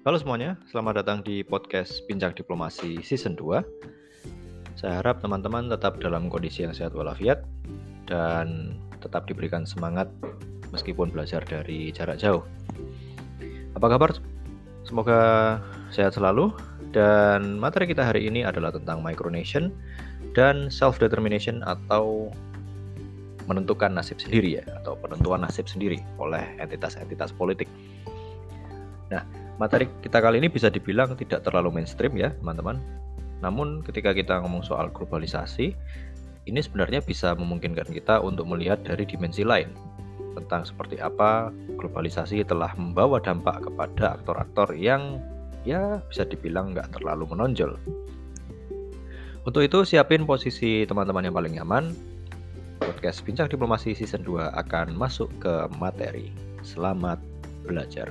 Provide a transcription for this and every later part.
Halo semuanya, selamat datang di podcast Bincang Diplomasi Season 2. Saya harap teman-teman tetap dalam kondisi yang sehat walafiat dan tetap diberikan semangat meskipun belajar dari jarak jauh. Apa kabar? Semoga sehat selalu. Dan materi kita hari ini adalah tentang micronation dan self-determination atau menentukan nasib sendiri atau penentuan nasib sendiri oleh entitas-entitas politik. Nah, materi kita kali ini bisa dibilang tidak terlalu mainstream ya teman-teman. Namun ketika kita ngomong soal globalisasi, ini sebenarnya bisa memungkinkan kita untuk melihat dari dimensi lain tentang seperti apa globalisasi telah membawa dampak kepada aktor-aktor yang ya bisa dibilang nggak terlalu menonjol. Untuk itu siapin posisi teman-teman yang paling nyaman. Podcast Bincang Diplomasi Season 2 akan masuk ke materi. Selamat belajar.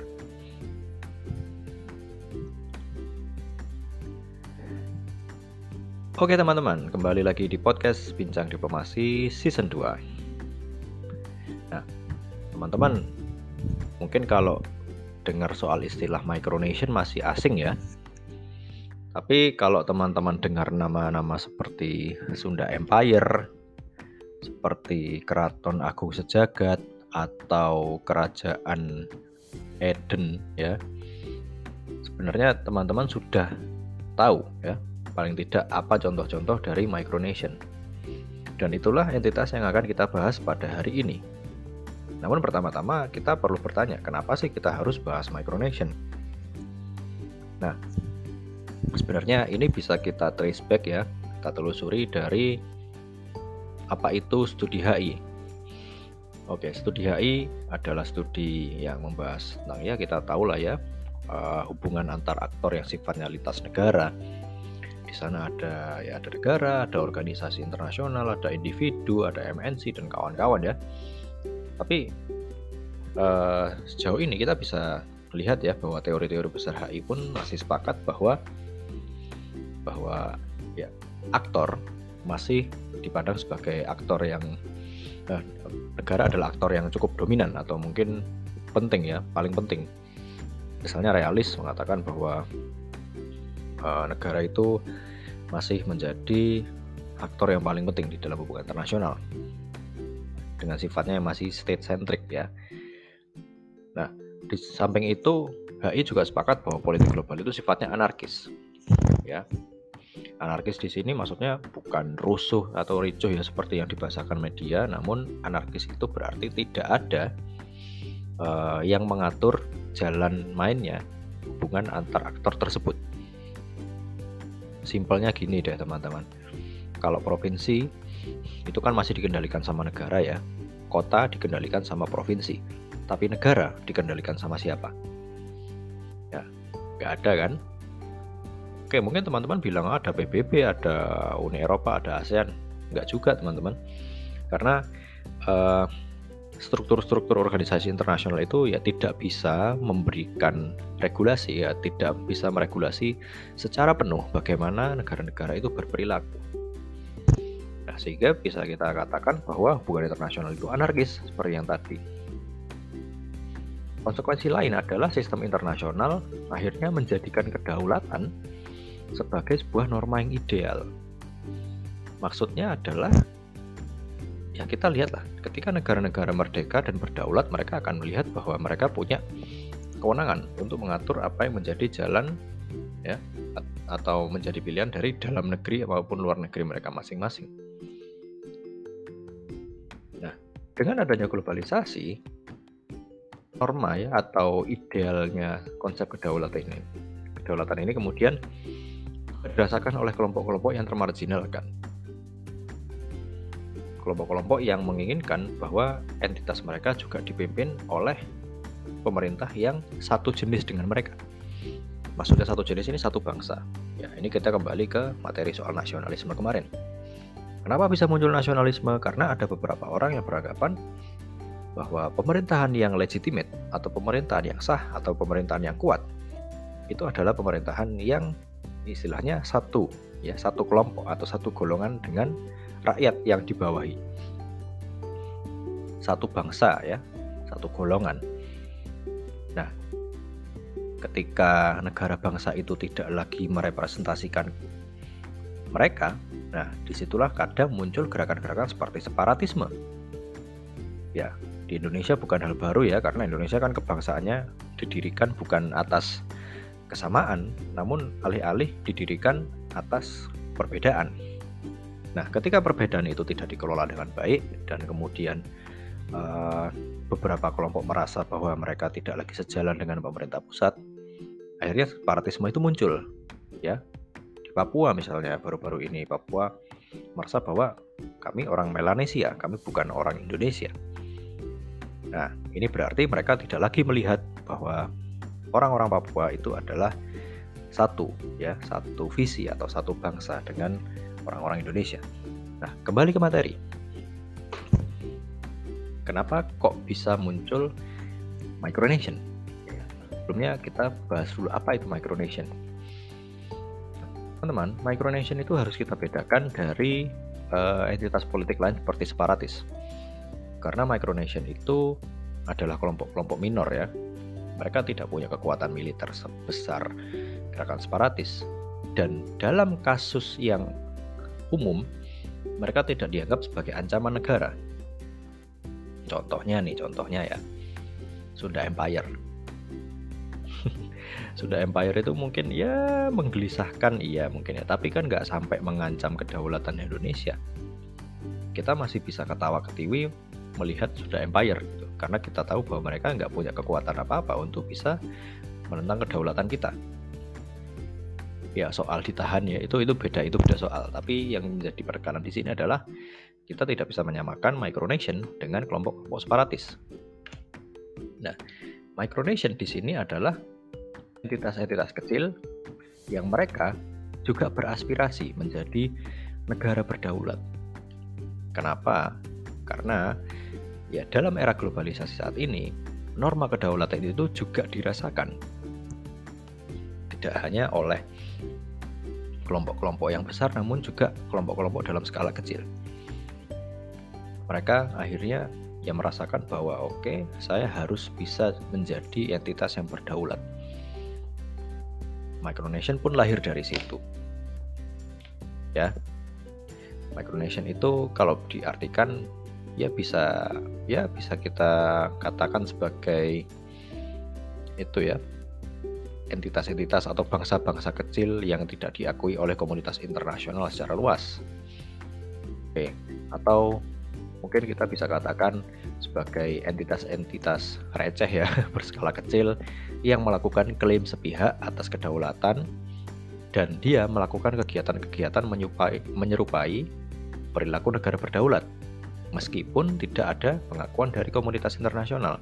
Oke teman-teman, kembali lagi di podcast Bincang Diplomasi Season 2. Nah, teman-teman, mungkin kalau dengar soal istilah micronation masih asing ya. Tapi kalau teman-teman dengar nama-nama seperti Sunda Empire, seperti Keraton Agung Sejagat, atau Kerajaan Eden ya, sebenarnya teman-teman sudah tahu ya, paling tidak apa contoh-contoh dari micronation. Dan itulah entitas yang akan kita bahas pada hari ini. Namun pertama-tama kita perlu bertanya, kenapa sih kita harus bahas micronation? Nah, sebenarnya ini bisa kita trace back ya, kita telusuri dari apa itu studi HI. Oke, studi HI adalah studi yang membahas tentang ya kita tahu lah ya, hubungan antar aktor yang sifatnya lintas negara. Di sana ada negara, ada organisasi internasional, ada individu, ada MNC dan kawan-kawan ya. Tapi sejauh ini kita bisa lihat ya bahwa teori-teori besar HI pun masih sepakat bahwa ya aktor masih dipandang sebagai aktor yang negara adalah aktor yang cukup dominan atau mungkin penting ya, paling penting. Misalnya realis mengatakan bahwa negara itu masih menjadi aktor yang paling penting di dalam hubungan internasional dengan sifatnya yang masih state-centric ya. Nah, di samping itu HI juga sepakat bahwa politik global itu sifatnya anarkis ya. Anarkis di sini maksudnya bukan rusuh atau ricuh ya seperti yang dibahasakan media, namun anarkis itu berarti tidak ada yang mengatur jalan mainnya hubungan antar aktor tersebut. Simpelnya gini deh teman-teman, kalau provinsi itu kan masih dikendalikan sama negara ya, kota dikendalikan sama provinsi, tapi negara dikendalikan sama siapa? Ya, nggak ada kan? Oke, mungkin teman-teman bilang ada PBB, ada Uni Eropa, ada ASEAN. Nggak juga teman-teman, karena struktur-struktur organisasi internasional itu ya tidak bisa memberikan regulasi ya, tidak bisa meregulasi secara penuh bagaimana negara-negara itu berperilaku. Nah, sehingga bisa kita katakan bahwa hubungan internasional itu anarkis seperti yang tadi. Konsekuensi lain adalah sistem internasional akhirnya menjadikan kedaulatan sebagai sebuah norma yang ideal. Maksudnya adalah ya kita lihatlah ketika negara-negara merdeka dan berdaulat, mereka akan melihat bahwa mereka punya kewenangan untuk mengatur apa yang menjadi jalan ya atau menjadi pilihan dari dalam negeri maupun luar negeri mereka masing-masing. Nah, dengan adanya globalisasi, norma ya atau idealnya konsep kedaulatan ini kemudian dirasakan oleh kelompok-kelompok yang termarginalkan. Kelompok-kelompok yang menginginkan bahwa entitas mereka juga dipimpin oleh pemerintah yang satu jenis dengan mereka. Maksudnya satu jenis ini satu bangsa. Ya, ini kita kembali ke materi soal nasionalisme kemarin. Kenapa bisa muncul nasionalisme? Karena ada beberapa orang yang beranggapan bahwa pemerintahan yang legitimate atau pemerintahan yang sah atau pemerintahan yang kuat itu adalah pemerintahan yang istilahnya satu kelompok atau satu golongan dengan rakyat yang dibawahi, satu bangsa ya, satu golongan. Nah, ketika negara bangsa itu tidak lagi merepresentasikan mereka, nah disitulah kadang muncul gerakan-gerakan seperti separatisme. Ya, di Indonesia bukan hal baru ya, karena Indonesia kan kebangsaannya didirikan bukan atas kesamaan, namun alih-alih didirikan atas perbedaan. Nah, ketika perbedaan itu tidak dikelola dengan baik dan kemudian beberapa kelompok merasa bahwa mereka tidak lagi sejalan dengan pemerintah pusat, akhirnya separatisme itu muncul. Ya, di Papua misalnya baru-baru ini Papua merasa bahwa kami orang Melanesia, kami bukan orang Indonesia. Nah, ini berarti mereka tidak lagi melihat bahwa orang-orang Papua itu adalah satu visi atau satu bangsa dengan orang-orang Indonesia. Nah, kembali ke materi. Kenapa kok bisa muncul micronation? Sebelumnya kita bahas dulu apa itu micronation. Teman-teman, micronation itu harus kita bedakan dari entitas politik lain seperti separatis. Karena micronation itu adalah kelompok-kelompok minor ya. Mereka tidak punya kekuatan militer sebesar gerakan separatis. Dan dalam kasus yang umum, mereka tidak dianggap sebagai ancaman negara. Contohnya ya, Sunda Empire. Sunda Empire itu mungkin ya menggelisahkan, iya mungkin ya, tapi kan nggak sampai mengancam kedaulatan Indonesia. Kita masih bisa ketawa ketiwi melihat Sunda Empire gitu, karena kita tahu bahwa mereka nggak punya kekuatan apa-apa untuk bisa menentang kedaulatan kita. Ya soal ditahan ya itu beda soal. Tapi yang menjadi penekanan di sini adalah kita tidak bisa menyamakan micronation dengan kelompok-kelompok separatis. Nah, micronation di sini adalah entitas-entitas kecil yang mereka juga beraspirasi menjadi negara berdaulat. Kenapa? Karena ya dalam era globalisasi saat ini, norma kedaulatan itu juga dirasakan. Tidak hanya oleh kelompok-kelompok yang besar, namun juga kelompok-kelompok dalam skala kecil. Mereka akhirnya ya merasakan bahwa oke, saya harus bisa menjadi entitas yang berdaulat. Micronation pun lahir dari situ. Ya. Micronation itu kalau diartikan ya bisa kita katakan sebagai itu ya, entitas-entitas atau bangsa-bangsa kecil yang tidak diakui oleh komunitas internasional secara luas. Oke, atau mungkin kita bisa katakan sebagai entitas-entitas receh ya, berskala kecil yang melakukan klaim sepihak atas kedaulatan dan dia melakukan kegiatan-kegiatan menyerupai perilaku negara berdaulat meskipun tidak ada pengakuan dari komunitas internasional.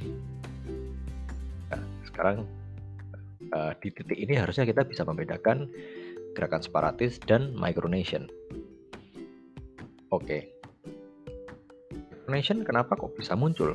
Nah, sekarang di titik ini harusnya kita bisa membedakan gerakan separatis dan micronation. Oke. Micronation kenapa kok bisa muncul?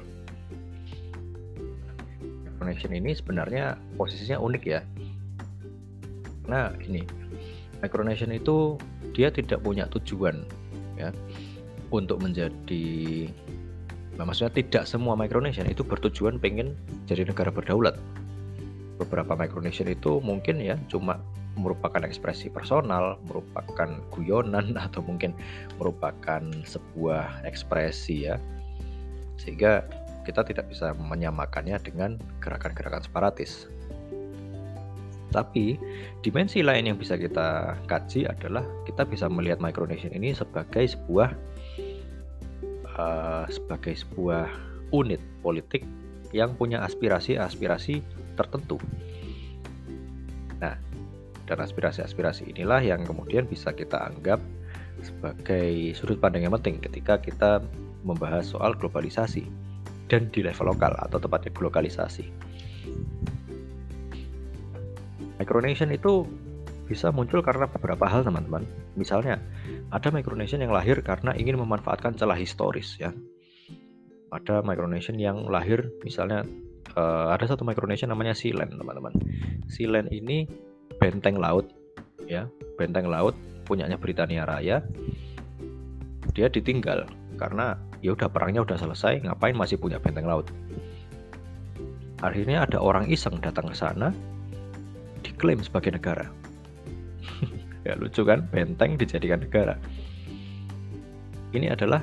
Micronation ini sebenarnya posisinya unik ya. Nah, ini micronation itu dia tidak punya tujuan ya untuk menjadi, maksudnya tidak semua micronation itu bertujuan pengen jadi negara berdaulat. Beberapa micronation itu mungkin ya cuma merupakan ekspresi personal, merupakan guyonan atau mungkin merupakan sebuah ekspresi ya, sehingga kita tidak bisa menyamakannya dengan gerakan-gerakan separatis. Tapi dimensi lain yang bisa kita kaji adalah kita bisa melihat micronation ini sebagai sebuah unit politik yang punya aspirasi-aspirasi tertentu. Nah, dan aspirasi-aspirasi inilah yang kemudian bisa kita anggap sebagai sudut pandang yang penting ketika kita membahas soal globalisasi dan di level lokal atau tepatnya globalisasi. Micronation itu bisa muncul karena beberapa hal teman-teman. Misalnya ada micronation yang lahir karena ingin memanfaatkan celah historis ya. Ada micronation yang lahir misalnya ada satu micronation namanya Sealand teman-teman. Sealand ini benteng laut ya, benteng laut punyanya Britania Raya. Dia ditinggal karena ya udah perangnya udah selesai, ngapain masih punya benteng laut. Akhirnya ada orang iseng datang ke sana, diklaim sebagai negara. Ya lucu kan, benteng dijadikan negara. Ini adalah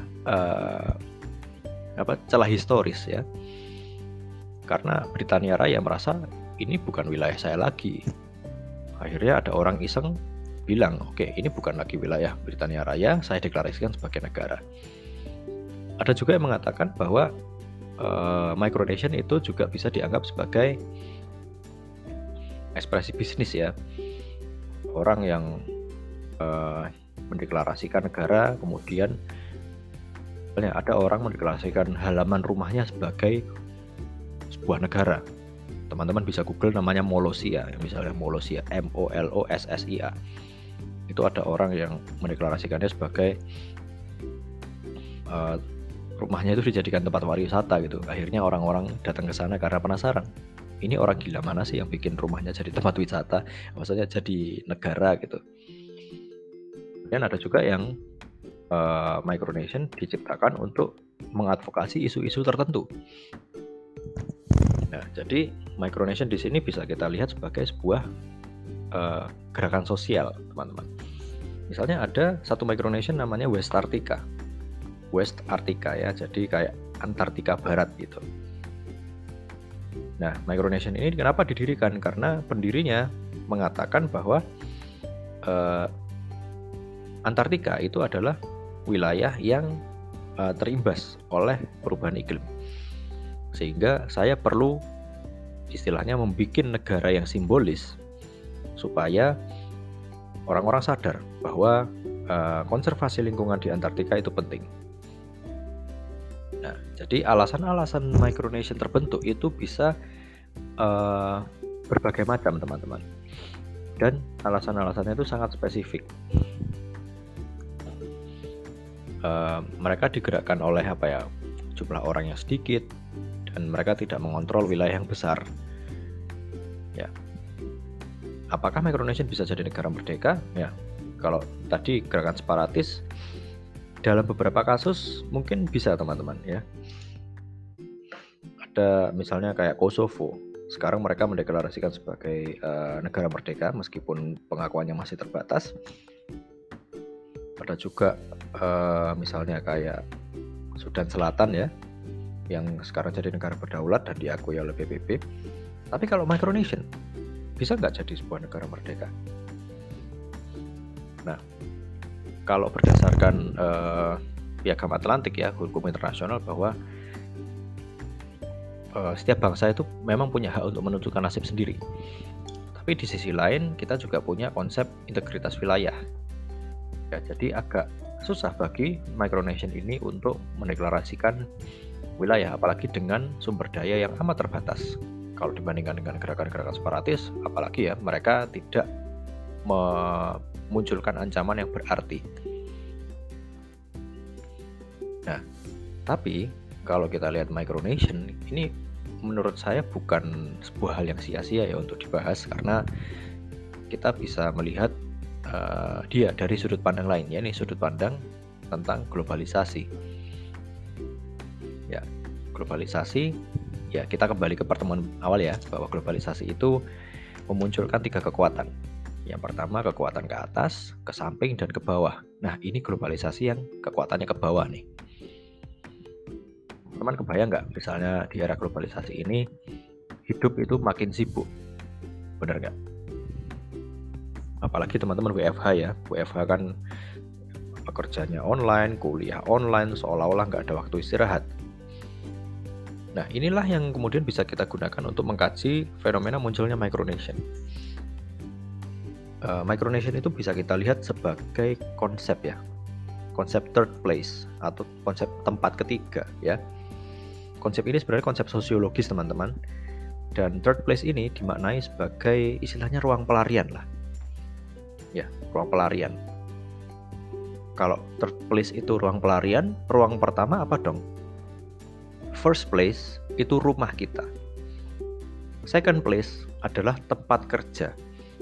celah historis ya. Karena Britania Raya merasa ini bukan wilayah saya lagi. Akhirnya ada orang iseng bilang, oke, ini bukan lagi wilayah Britania Raya, saya deklarasikan sebagai negara. Ada juga yang mengatakan bahwa micronation itu juga bisa dianggap sebagai ekspresi bisnis ya. Orang yang mendeklarasikan negara, kemudian ada orang mendeklarasikan halaman rumahnya sebagai sebuah negara. Teman-teman bisa Google namanya Molossia, misalnya Molossia, MOLOSSIA. Itu ada orang yang mendeklarasikannya sebagai rumahnya itu dijadikan tempat pariwisata gitu. Akhirnya orang-orang datang ke sana karena penasaran. Ini orang gila mana sih yang bikin rumahnya jadi tempat wisata? Maksudnya jadi negara gitu. Dan ada juga yang micronation diciptakan untuk mengadvokasi isu-isu tertentu. Nah, jadi micronation di sini bisa kita lihat sebagai sebuah gerakan sosial, teman-teman. Misalnya ada satu micronation namanya West Arktika ya, jadi kayak Antartika Barat gitu. Nah, micronation ini kenapa didirikan? Karena pendirinya mengatakan bahwa Antartika itu adalah wilayah yang terimbas oleh perubahan iklim. Sehingga saya perlu istilahnya membuat negara yang simbolis supaya orang-orang sadar bahwa konservasi lingkungan di Antartika itu penting. Nah, jadi alasan-alasan micronation terbentuk itu bisa berbagai macam, teman-teman. Dan alasan-alasannya itu sangat spesifik. Mereka digerakkan oleh jumlah orang yang sedikit, dan mereka tidak mengontrol wilayah yang besar. Ya, apakah micronation bisa jadi negara merdeka? Ya, kalau tadi gerakan separatis, dalam beberapa kasus mungkin bisa, teman-teman ya. Ada misalnya kayak Kosovo. Sekarang mereka mendeklarasikan sebagai negara merdeka meskipun pengakuannya masih terbatas. Ada juga misalnya kayak Sudan Selatan ya, yang sekarang jadi negara berdaulat dan diakui oleh PBB. Tapi kalau micronation, bisa nggak jadi sebuah negara merdeka? Nah, kalau berdasarkan Piagam Atlantik ya, hukum internasional, bahwa setiap bangsa itu memang punya hak untuk menentukan nasib sendiri. Tapi di sisi lain kita juga punya konsep integritas wilayah. Ya, jadi agak susah bagi micronation ini untuk mendeklarasikan wilayah, apalagi dengan sumber daya yang amat terbatas. Kalau dibandingkan dengan gerakan-gerakan separatis, apalagi ya mereka tidak memunculkan ancaman yang berarti. Nah, tapi kalau kita lihat micronation ini, menurut saya bukan sebuah hal yang sia-sia ya untuk dibahas, karena kita bisa melihat dia dari sudut pandang lain, ya, ini sudut pandang tentang globalisasi. Ya, globalisasi, ya kita kembali ke pertemuan awal ya, bahwa globalisasi itu memunculkan 3 kekuatan. Yang pertama kekuatan ke atas, ke samping, dan ke bawah. Nah, ini globalisasi yang kekuatannya ke bawah nih. Teman kebayang nggak, misalnya di era globalisasi ini hidup itu makin sibuk, benar nggak? Apalagi teman-teman WFH ya, WFH kan pekerjaannya online, kuliah online, seolah-olah nggak ada waktu istirahat. Nah, inilah yang kemudian bisa kita gunakan untuk mengkaji fenomena munculnya micronation. Micronation itu bisa kita lihat sebagai konsep ya, konsep third place atau konsep tempat ketiga ya. Konsep ini sebenarnya konsep sosiologis, teman-teman. Dan third place ini dimaknai sebagai istilahnya ruang pelarian lah. Ya, ruang pelarian. Kalau third place itu ruang pelarian, ruang pertama apa dong? First place itu rumah kita. Second place adalah tempat kerja.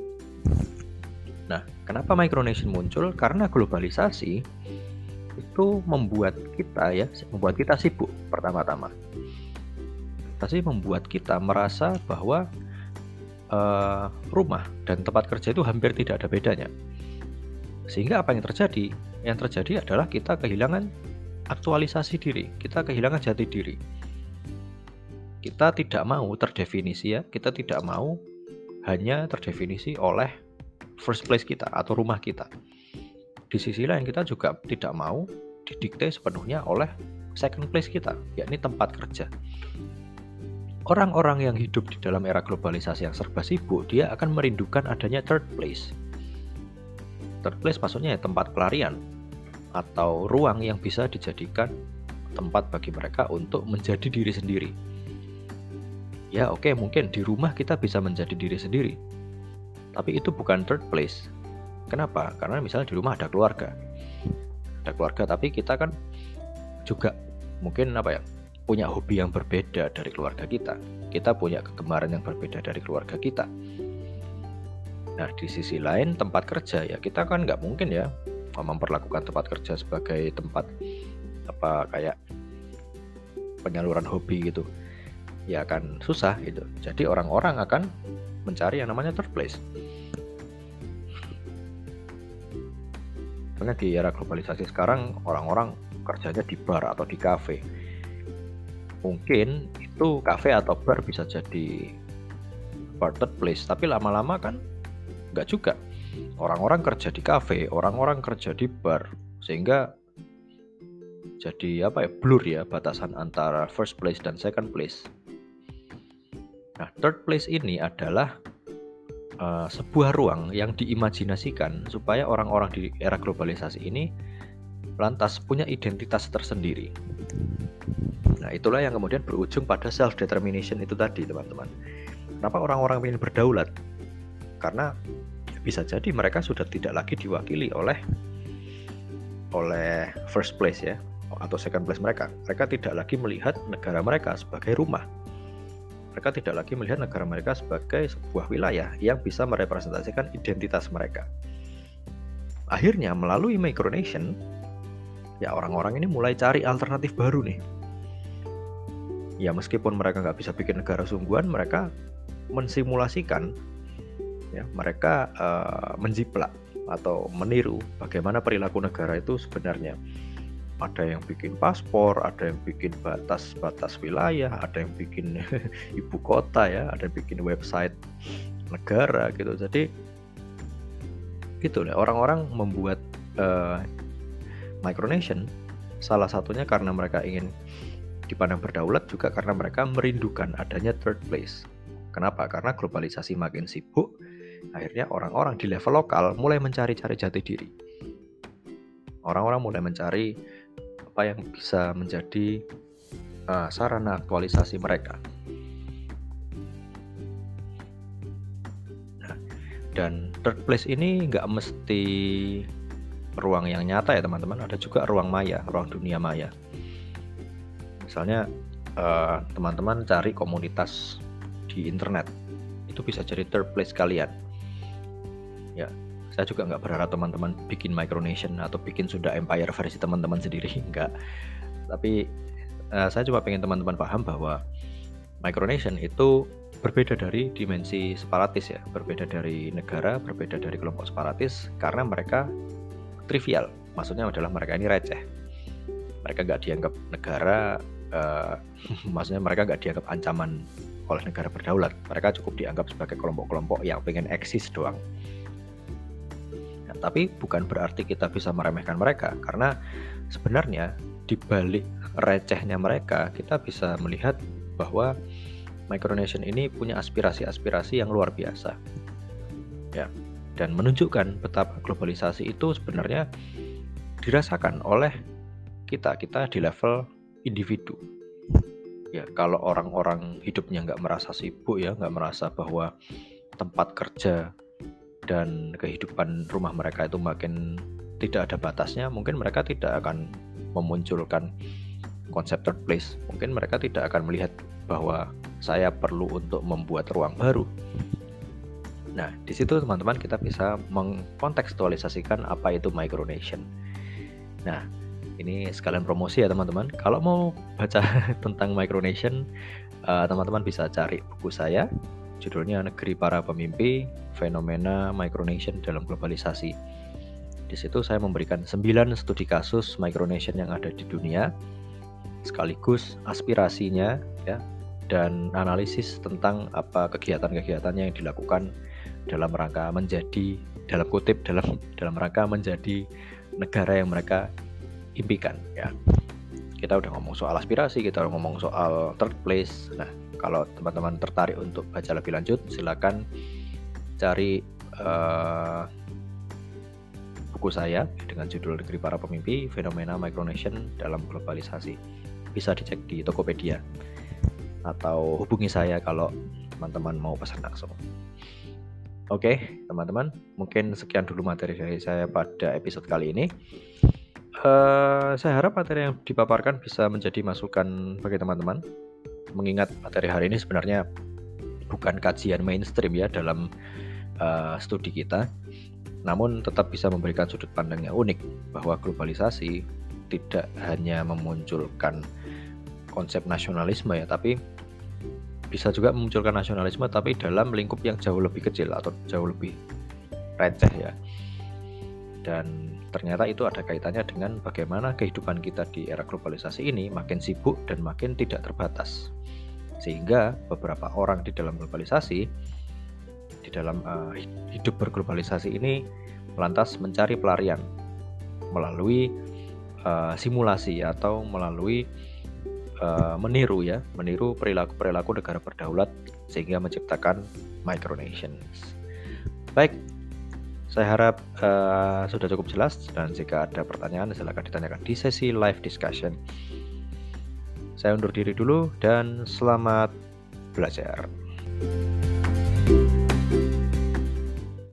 Nah, kenapa micronation muncul? Karena globalisasi itu membuat kita sibuk pertama-tama. transportasi membuat kita merasa bahwa rumah dan tempat kerja itu hampir tidak ada bedanya. Sehingga apa yang terjadi? Yang terjadi adalah kita kehilangan aktualisasi diri, kita kehilangan jati diri. Kita tidak mau terdefinisi ya, kita tidak mau hanya terdefinisi oleh first place kita atau rumah kita. Di sisi lain kita juga tidak mau didikte sepenuhnya oleh second place kita, yakni tempat kerja. Orang-orang yang hidup di dalam era globalisasi yang serba sibuk, dia akan merindukan adanya third place. Third place maksudnya ya tempat pelarian atau ruang yang bisa dijadikan tempat bagi mereka untuk menjadi diri sendiri. Ya oke, mungkin di rumah kita bisa menjadi diri sendiri, tapi itu bukan third place. Kenapa? Karena misalnya di rumah ada keluarga, tapi kita kan juga mungkin punya hobi yang berbeda dari keluarga kita punya kegemaran yang berbeda dari keluarga kita. Nah di sisi lain tempat kerja ya kita kan nggak mungkin ya memperlakukan tempat kerja sebagai tempat kayak penyaluran hobi gitu, ya akan susah gitu. Jadi orang-orang akan mencari yang namanya third place. Karena di era globalisasi sekarang orang-orang kerjanya di bar atau di kafe. Mungkin itu kafe atau bar bisa jadi third place, tapi lama-lama kan nggak juga. Orang-orang kerja di kafe, orang-orang kerja di bar, sehingga jadi blur ya batasan antara first place dan second place. Nah, third place ini adalah sebuah ruang yang diimajinasikan supaya orang-orang di era globalisasi ini lantas punya identitas tersendiri. Nah, itulah yang kemudian berujung pada self-determination itu tadi, teman-teman. Kenapa orang-orang ingin berdaulat? Karena bisa jadi mereka sudah tidak lagi diwakili oleh first place ya, atau second place mereka. Mereka tidak lagi melihat negara mereka sebagai rumah. Mereka tidak lagi melihat negara mereka sebagai sebuah wilayah yang bisa merepresentasikan identitas mereka. Akhirnya melalui micronation, ya orang-orang ini mulai cari alternatif baru nih. Ya meskipun mereka nggak bisa bikin negara sungguhan, mereka mensimulasikan, ya mereka menjiplak atau meniru bagaimana perilaku negara itu sebenarnya. Ada yang bikin paspor, ada yang bikin batas wilayah, ada yang bikin ibu kota ya, ada yang bikin website negara gitu. Jadi gitu ya, orang-orang membuat micronation salah satunya karena mereka ingin dipandang berdaulat, juga karena mereka merindukan adanya third place. Kenapa? Karena globalisasi makin sibuk, akhirnya orang-orang di level lokal mulai mencari-cari jati diri. Orang-orang mulai mencari apa yang bisa menjadi sarana aktualisasi mereka. Nah, dan third place ini nggak mesti ruang yang nyata ya teman-teman, ada juga ruang maya, ruang dunia maya. Misalnya teman-teman cari komunitas di internet, itu bisa jadi third place kalian. Ya, saya juga nggak berharap teman-teman bikin micronation atau bikin Sunda Empire versi teman-teman sendiri, enggak. Tapi saya cuma pengen teman-teman paham bahwa micronation itu berbeda dari dimensi separatis ya, berbeda dari negara, berbeda dari kelompok separatis, karena mereka trivial. Maksudnya adalah mereka ini receh. Mereka nggak dianggap negara, maksudnya mereka nggak dianggap ancaman oleh negara berdaulat. Mereka cukup dianggap sebagai kelompok-kelompok yang pengen eksis doang. Nah, tapi bukan berarti kita bisa meremehkan mereka, karena sebenarnya di balik recehnya mereka, kita bisa melihat bahwa micronation ini punya aspirasi-aspirasi yang luar biasa. Ya, dan menunjukkan betapa globalisasi itu sebenarnya dirasakan oleh kita di level individu. Ya, kalau orang-orang hidupnya nggak merasa sibuk ya, nggak merasa bahwa tempat kerja dan kehidupan rumah mereka itu makin tidak ada batasnya, mungkin mereka tidak akan memunculkan konsep third place. Mungkin mereka tidak akan melihat bahwa saya perlu untuk membuat ruang baru. Nah, di situ teman-teman kita bisa mengkontekstualisasikan apa itu micronation. Nah, Ini sekalian promosi ya teman-teman. Kalau mau baca tentang micronation, teman-teman bisa cari buku saya. Judulnya Negeri Para Pemimpi, Fenomena Micronation dalam Globalisasi. Di situ saya memberikan 9 studi kasus micronation yang ada di dunia, sekaligus aspirasinya ya, dan analisis tentang apa kegiatan-kegiatannya yang dilakukan dalam rangka menjadi, dalam kutip, dalam rangka menjadi negara yang mereka impikan ya. Kita udah ngomong soal aspirasi, kita udah ngomong soal third place. Nah, kalau teman-teman tertarik untuk baca lebih lanjut, silakan cari buku saya dengan judul Negeri Para Pemimpi, Fenomena Micronation dalam Globalisasi. Bisa dicek di Tokopedia atau hubungi saya kalau teman-teman mau pesan langsung. Oke, teman-teman, mungkin sekian dulu materi dari saya pada episode kali ini. Saya harap materi yang dipaparkan bisa menjadi masukan bagi teman-teman. Mengingat materi hari ini sebenarnya bukan kajian mainstream ya dalam studi kita, namun tetap bisa memberikan sudut pandang yang unik bahwa globalisasi tidak hanya memunculkan konsep nasionalisme ya, tapi bisa juga memunculkan nasionalisme tapi dalam lingkup yang jauh lebih kecil atau jauh lebih receh ya. Dan ternyata itu ada kaitannya dengan bagaimana kehidupan kita di era globalisasi ini makin sibuk dan makin tidak terbatas. Sehingga beberapa orang di dalam globalisasi, di dalam hidup berglobalisasi ini lantas mencari pelarian melalui simulasi atau melalui meniru perilaku negara berdaulat sehingga menciptakan micronations. Baik, saya harap sudah cukup jelas, dan jika ada pertanyaan silakan ditanyakan di sesi live discussion. Saya undur diri dulu dan selamat belajar.